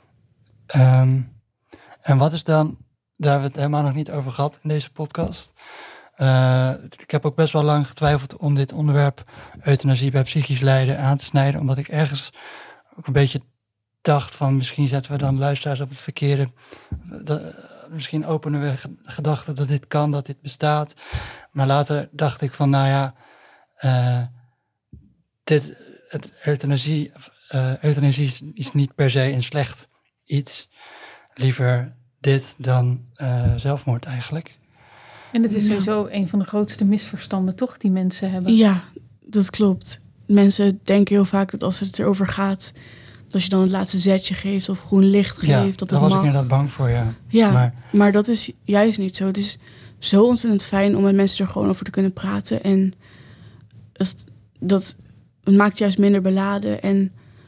En wat is dan, daar hebben we het helemaal nog niet over gehad in deze podcast. Ik heb ook best wel lang getwijfeld om dit onderwerp euthanasie bij psychisch lijden aan te snijden, omdat ik ergens ook een beetje dacht van misschien zetten we dan luisteraars op het verkeerde. Misschien openen we gedachten dat dit kan, dat dit bestaat. Maar later dacht ik van euthanasie is niet per se een slecht iets. Liever dit dan zelfmoord eigenlijk. En het is sowieso een van de grootste misverstanden, toch, die mensen hebben? Ja, dat klopt. Mensen denken heel vaak dat als het erover gaat, dat je dan het laatste zetje geeft of groen licht geeft. Dat daar was ik inderdaad bang voor, ja. Ja, maar dat is juist niet zo. Het is zo ontzettend fijn om met mensen er gewoon over te kunnen praten. En het maakt juist minder beladen. En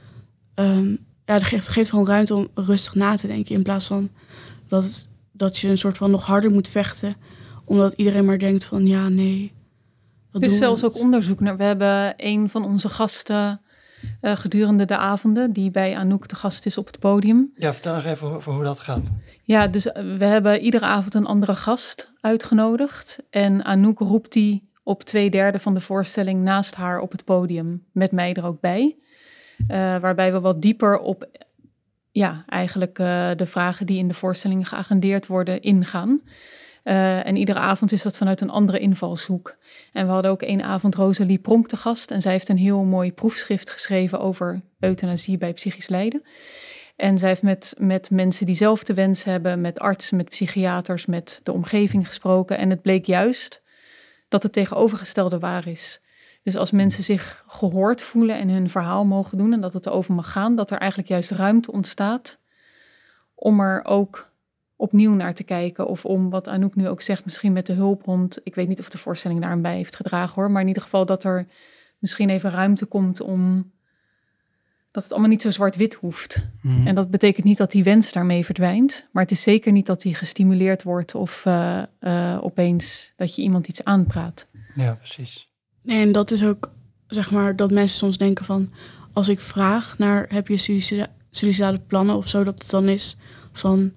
het geeft gewoon ruimte om rustig na te denken. In plaats van dat je een soort van nog harder moet vechten. Omdat iedereen maar denkt van ja, nee. Er is zelfs ook onderzoek naar. We hebben een van onze gasten gedurende de avonden, die bij Anouk te gast is op het podium. Ja, vertel nog even over hoe dat gaat. Ja, dus we hebben iedere avond een andere gast uitgenodigd. En Anouk roept die op 2/3 van de voorstelling naast haar op het podium. Met mij er ook bij. Waarbij we wat dieper op eigenlijk de vragen die in de voorstelling geagendeerd worden ingaan. En iedere avond is dat vanuit een andere invalshoek. En we hadden ook 1 avond Rosalie Pronk te gast. En zij heeft een heel mooi proefschrift geschreven over euthanasie bij psychisch lijden. En zij heeft met mensen die zelf de wens hebben, met artsen, met psychiaters, met de omgeving gesproken. En het bleek juist dat het tegenovergestelde waar is. Dus als mensen zich gehoord voelen en hun verhaal mogen doen en dat het erover mag gaan, dat er eigenlijk juist ruimte ontstaat om er ook opnieuw naar te kijken. Of om, wat Anouk nu ook zegt, misschien met de hulphond. Ik weet niet of de voorstelling daar een bij heeft gedragen hoor. Maar in ieder geval dat er misschien even ruimte komt om dat het allemaal niet zo zwart-wit hoeft. En dat betekent niet dat die wens daarmee verdwijnt. Maar het is zeker niet dat die gestimuleerd wordt of opeens dat je iemand iets aanpraat. Ja, precies. En dat is ook, zeg maar, dat mensen soms denken van, als ik vraag naar, heb je suïcidale plannen of zo, dat het dan is van,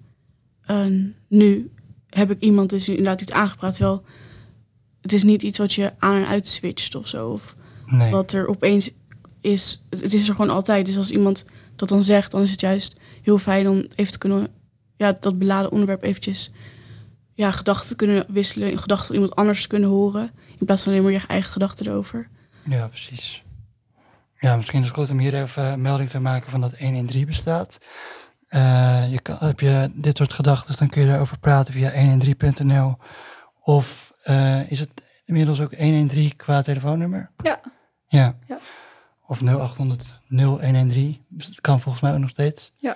nu heb ik iemand dus inderdaad iets aangepraat, terwijl het is niet iets wat je aan en uit switcht of zo. Of wat er opeens is, het is er gewoon altijd. Dus als iemand dat dan zegt, dan is het juist heel fijn om even te kunnen, dat beladen onderwerp eventjes, gedachten te kunnen wisselen, gedachten van iemand anders te kunnen horen, in plaats van alleen maar je eigen gedachten erover. Ja, precies. Ja, misschien is het goed om hier even een melding te maken van dat 113 bestaat. Heb je dit soort gedachten, dan kun je erover praten via 113.nl. Of is het inmiddels ook 113 qua telefoonnummer? Ja. Of 0800 0113. Dat kan volgens mij ook nog steeds. Ja.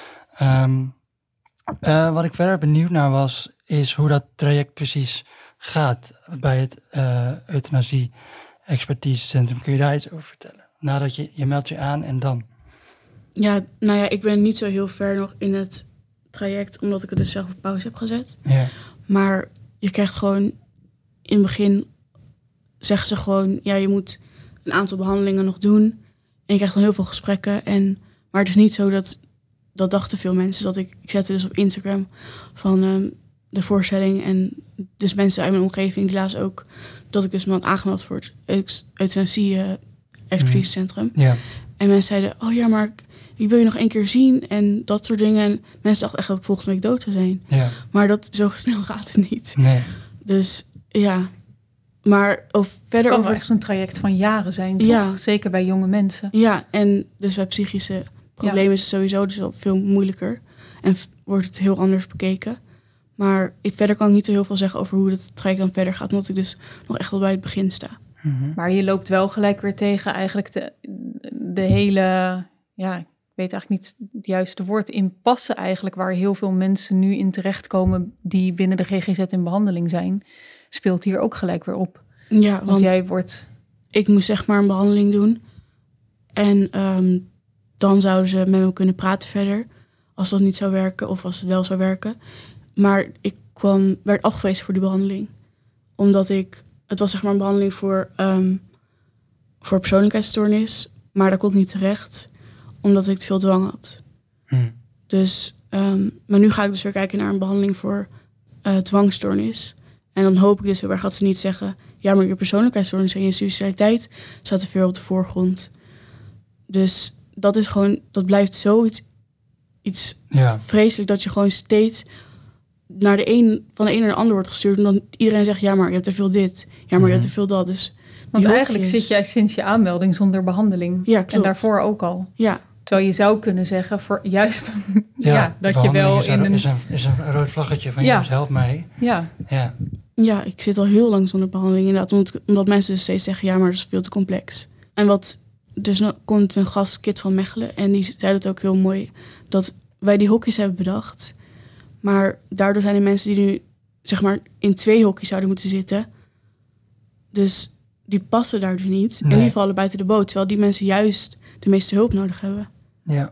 Wat ik verder benieuwd naar was, is hoe dat traject precies gaat bij het euthanasie-expertisecentrum. Kun je daar iets over vertellen? Nadat je meldt je aan en dan? Ja, ik ben niet zo heel ver nog in het traject, omdat ik het dus zelf op pauze heb gezet. Ja. Maar je krijgt gewoon, in het begin zeggen ze gewoon, je moet een aantal behandelingen nog doen. En je krijgt dan heel veel gesprekken. Maar het is niet zo dat dachten veel mensen. Dat ik zette dus op Instagram van de voorstelling. En dus mensen uit mijn omgeving, die lazen ook dat ik dus me had aangemeld voor het euthanasie-expertisecentrum. Ja. En mensen zeiden, maar ik wil je nog 1 keer zien en dat soort dingen. En mensen dachten echt dat ik volgende week dood zou zijn. Ja. Maar zo snel gaat het niet. Nee. Dus maar verder kan wel echt een traject van jaren zijn, toch? Ja. Zeker bij jonge mensen. Ja, en dus bij psychische problemen is het sowieso dus al veel moeilijker. En wordt het heel anders bekeken. Maar verder kan ik niet zo heel veel zeggen over hoe het traject dan verder gaat. Omdat ik dus nog echt wel bij het begin sta. Mm-hmm. Maar je loopt wel gelijk weer tegen eigenlijk de hele, ik weet eigenlijk niet het juiste woord, impasse eigenlijk, waar heel veel mensen nu in terechtkomen die binnen de GGZ in behandeling zijn, speelt hier ook gelijk weer op. Ja, want ik moest zeg maar een behandeling doen. En dan zouden ze met me kunnen praten verder, als dat niet zou werken of als het wel zou werken. Maar ik werd afgewezen voor die behandeling. Omdat het was zeg maar een behandeling voor persoonlijkheidsstoornis, maar daar kon ik niet terecht, omdat ik te veel dwang had. Dus, maar nu ga ik dus weer kijken naar een behandeling voor dwangstoornis. En dan hoop ik dus heel erg dat ze niet zeggen, ja, maar je persoonlijkheidsstoornis en je suicidaliteit staat te veel op de voorgrond. Dus dat is gewoon, dat blijft zoiets iets vreselijk dat je gewoon steeds van de een naar de ander wordt gestuurd. En dan iedereen zegt, ja, maar je hebt te veel dit. Ja, maar je hebt te veel dat. Dus want eigenlijk zit jij sinds je aanmelding zonder behandeling. Ja, klopt. En daarvoor ook al. Ja. Terwijl je zou kunnen zeggen, voor juist dat je wel in een... is een rood vlaggetje van, jongens, help mij. Ja, ik zit al heel lang zonder behandeling inderdaad. Omdat mensen dus steeds zeggen, ja, maar dat is veel te complex. En dus nou komt een gast, Kit van Mechelen. En die zei het ook heel mooi. Dat wij die hokjes hebben bedacht. Maar daardoor zijn er mensen die nu, zeg maar, in 2 hokjes zouden moeten zitten. Dus die passen daardoor niet. Nee. En die vallen buiten de boot. Terwijl die mensen juist de meeste hulp nodig hebben. Ja.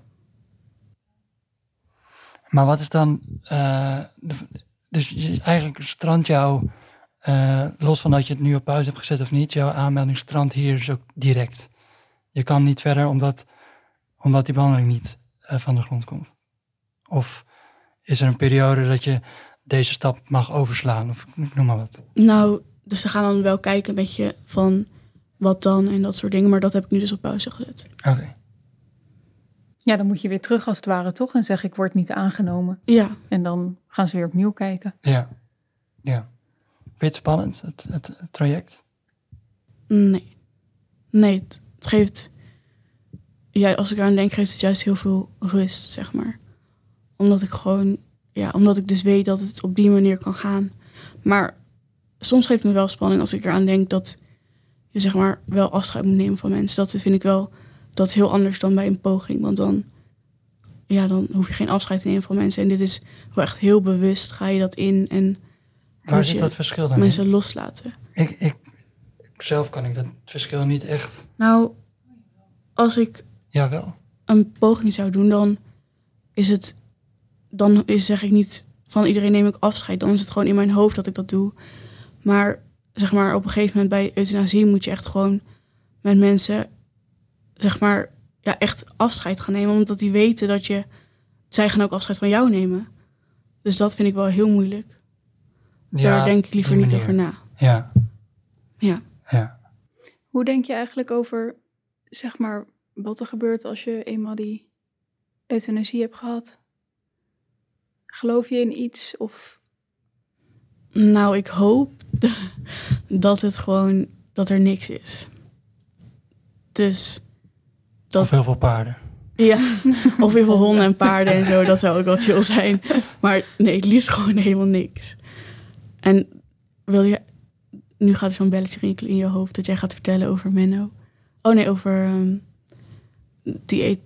Maar wat is dan... dus eigenlijk strandt jouw... los van dat je het nu op pauze hebt gezet of niet... jouw aanmelding strandt hier dus ook direct. Je kan niet verder omdat die behandeling niet van de grond komt. Of is er een periode dat je deze stap mag overslaan? Of ik noem maar wat. Nou, dus ze gaan dan wel kijken een beetje van wat dan en dat soort dingen. Maar dat heb ik nu dus op pauze gezet. Oké. Ja, dan moet je weer terug als het ware, toch? En zeg ik word niet aangenomen. Ja. En dan gaan ze weer opnieuw kijken. Ja. Vind je het spannend, het traject? Nee, het geeft... Ja, als ik aan denk, geeft het juist heel veel rust, zeg maar. Omdat ik dus weet dat het op die manier kan gaan. Maar soms geeft het me wel spanning als ik eraan denk dat je, zeg maar, wel afscheid moet nemen van mensen. Dat vind ik wel, dat is heel anders dan bij een poging. Want dan hoef je geen afscheid te nemen van mensen. En dit is wel echt heel bewust, ga je dat in en... Waar zit dat verschil dan mensen loslaten. Ik zelf kan ik dat verschil niet echt... Nou, als ik een poging zou doen, dan zeg ik niet van iedereen neem ik afscheid. Dan is het gewoon in mijn hoofd dat ik dat doe. Maar zeg maar op een gegeven moment bij euthanasie moet je echt gewoon met mensen, zeg maar, echt afscheid gaan nemen. Omdat die weten dat zij gaan ook afscheid van jou nemen. Dus dat vind ik wel heel moeilijk. Daar denk ik liever niet over na. Ja. Hoe denk je eigenlijk over, zeg maar, wat er gebeurt als je eenmaal die euthanasie hebt gehad? Geloof je in iets of... Nou, ik hoop dat er niks is. Dus... Of heel veel paarden. Ja, of heel veel honden en paarden en zo. Dat zou ook wel chill zijn. Maar nee, het liefst gewoon helemaal niks. En nu gaat er zo'n belletje rinkelen in je hoofd dat jij gaat vertellen over Menno. Oh nee, over die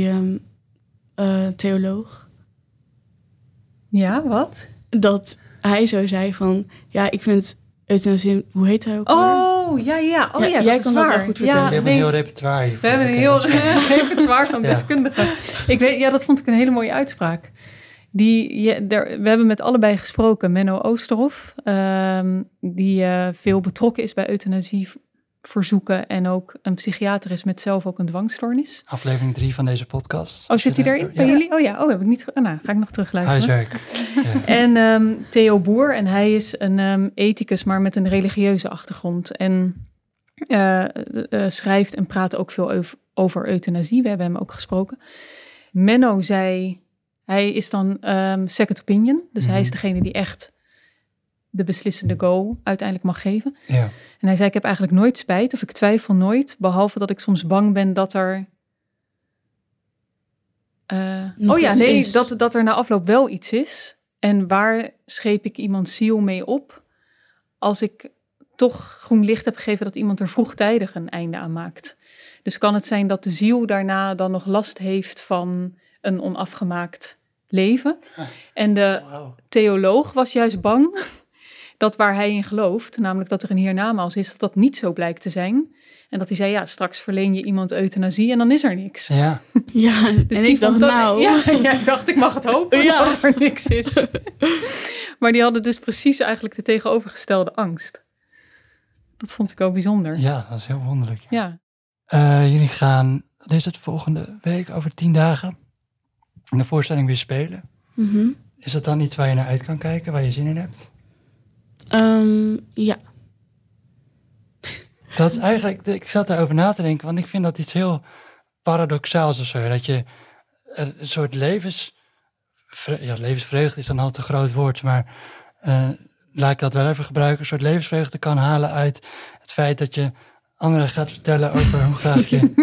theoloog. Ja, wat? Dat hij zo zei van, ja, ik vind euthanasie, hoe heet hij ook? Ja, jij kan dat wel goed vertellen. We hebben een heel repertoire hiervoor. We hebben een heel repertoire van deskundigen. Ik weet, dat vond ik een hele mooie uitspraak. We hebben met allebei gesproken. Menno Oosterhoff, die veel betrokken is bij euthanasieverzoeken en ook een psychiater is met zelf ook een dwangstoornis. Aflevering 3 van deze podcast. Oh, zit hij erin bij jullie? Oh ja, heb ik niet. Ga ik nog terugluisteren. Huiswerk. Ja. En Theo Boer, en hij is een ethicus, maar met een religieuze achtergrond. En schrijft en praat ook veel over euthanasie. We hebben hem ook gesproken. Menno zei, hij is dan second opinion. Dus hij is degene die echt de beslissende go uiteindelijk mag geven. Ja. En hij zei, ik heb eigenlijk nooit spijt, of ik twijfel nooit, behalve dat ik soms bang ben dat er... dat er na afloop wel iets is. En waar scheep ik iemands ziel mee op als ik toch groen licht heb gegeven dat iemand er vroegtijdig een einde aan maakt? Dus kan het zijn dat de ziel daarna dan nog last heeft van een onafgemaakt leven? En de theoloog was juist bang dat waar hij in gelooft, namelijk dat er een hiernamaals is, dat niet zo blijkt te zijn. En dat hij zei, ja, straks verleen je iemand euthanasie en dan is er niks. Ja, dus en ik dacht ik dacht, ik mag het hopen dat er niks is. Maar die hadden dus precies eigenlijk de tegenovergestelde angst. Dat vond ik wel bijzonder. Ja, dat is heel wonderlijk. Ja. Jullie gaan, wat is het, volgende week, over 10 dagen, de voorstelling weer spelen. Mm-hmm. Is dat dan iets waar je naar uit kan kijken, waar je zin in hebt? Ja. Dat is eigenlijk, ik zat daarover na te denken, want ik vind dat iets heel paradoxaals of zo. Dat je een soort levensvreugde is dan al te groot woord, maar laat ik dat wel even gebruiken. Een soort levensvreugde kan halen uit het feit dat je anderen gaat vertellen over hoe graag je...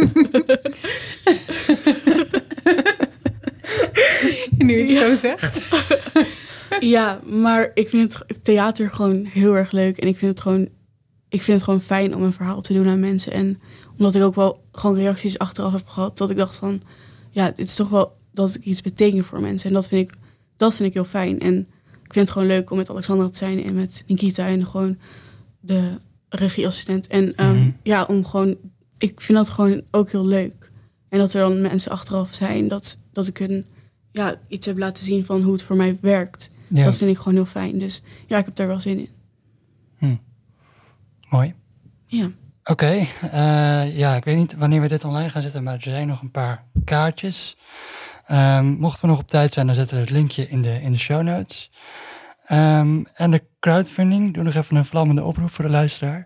Nu je het zo zegt. Ja, maar ik vind het theater gewoon heel erg leuk. En ik vind het gewoon fijn om een verhaal te doen aan mensen. En omdat ik ook wel gewoon reacties achteraf heb gehad, dat ik dacht van, ja, het is toch wel dat ik iets beteken voor mensen. En dat vind ik heel fijn. En ik vind het gewoon leuk om met Alexandra te zijn en met Nikita en gewoon de regieassistent. En ik vind dat gewoon ook heel leuk. En dat er dan mensen achteraf zijn dat ik iets heb laten zien van hoe het voor mij werkt. Ja. Dat vind ik gewoon heel fijn. Dus ja, ik heb daar wel zin in. Mooi. Ja. Oké. Ik weet niet wanneer we dit online gaan zetten, maar er zijn nog een paar kaartjes. Mochten we nog op tijd zijn, dan zetten we het linkje in de show notes. En de crowdfunding, doe nog even een vlammende oproep voor de luisteraar.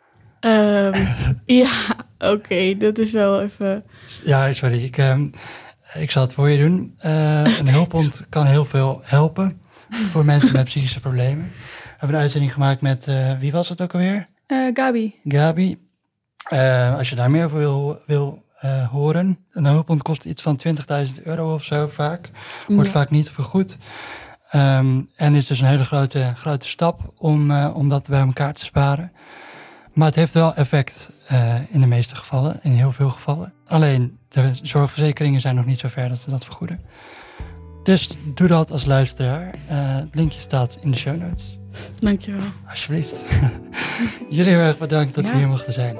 Oké, dat is wel even... Ja, sorry, ik zal het voor je doen. Een hulphond kan heel veel helpen voor mensen met psychische problemen. We hebben een uitzending gemaakt met, wie was het ook alweer? Gabi. Als je daar meer over wil horen. Een hulphond kost iets van €20.000 of zo vaak. Wordt vaak niet vergoed. En is dus een hele grote stap om dat bij elkaar te sparen. Maar het heeft wel effect in de meeste gevallen, in heel veel gevallen. Alleen de zorgverzekeringen zijn nog niet zo ver dat ze dat vergoeden. Dus doe dat als luisteraar. Het linkje staat in de show notes. Dankjewel. Alsjeblieft. Jullie heel erg bedankt dat we hier mochten zijn.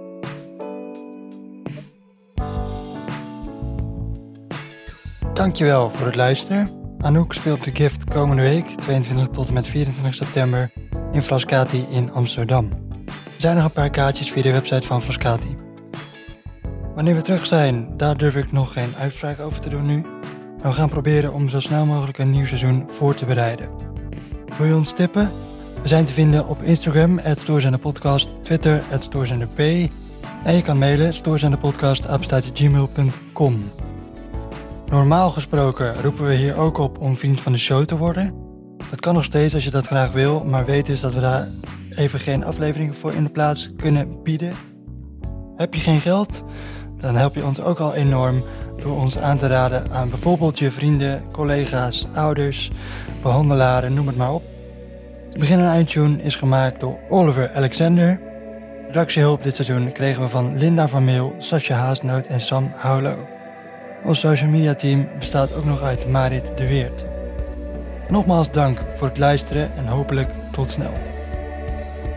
Dankjewel voor het luisteren. Anouk speelt The Gift komende week, 22 tot en met 24 september, in Frascati in Amsterdam. Er zijn nog een paar kaartjes via de website van Frascati. Wanneer we terug zijn, daar durf ik nog geen uitspraak over te doen nu. Maar we gaan proberen om zo snel mogelijk een nieuw seizoen voor te bereiden. Wil je ons tippen? We zijn te vinden op Instagram, @stoorzendepodcast, Twitter, @stoorzenderp. En je kan mailen, stoorzenderpodcast@gmail.com. Normaal gesproken roepen we hier ook op om vriend van de show te worden. Dat kan nog steeds als je dat graag wil, maar weet dus dat we daar even geen afleveringen voor in de plaats kunnen bieden. Heb je geen geld? Dan help je ons ook al enorm door ons aan te raden aan bijvoorbeeld je vrienden, collega's, ouders, behandelaren, noem het maar op. Het begin- en eindtune is gemaakt door Oliver Alexander. Redactiehulp dit seizoen kregen we van Linda van Meel, Sascha Haasnoot en Sam Houlo. Ons social media team bestaat ook nog uit Marit de Weert. Nogmaals dank voor het luisteren en hopelijk tot snel.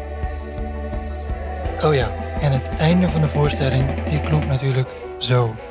Oh ja, en het einde van de voorstelling, die klonk natuurlijk zo.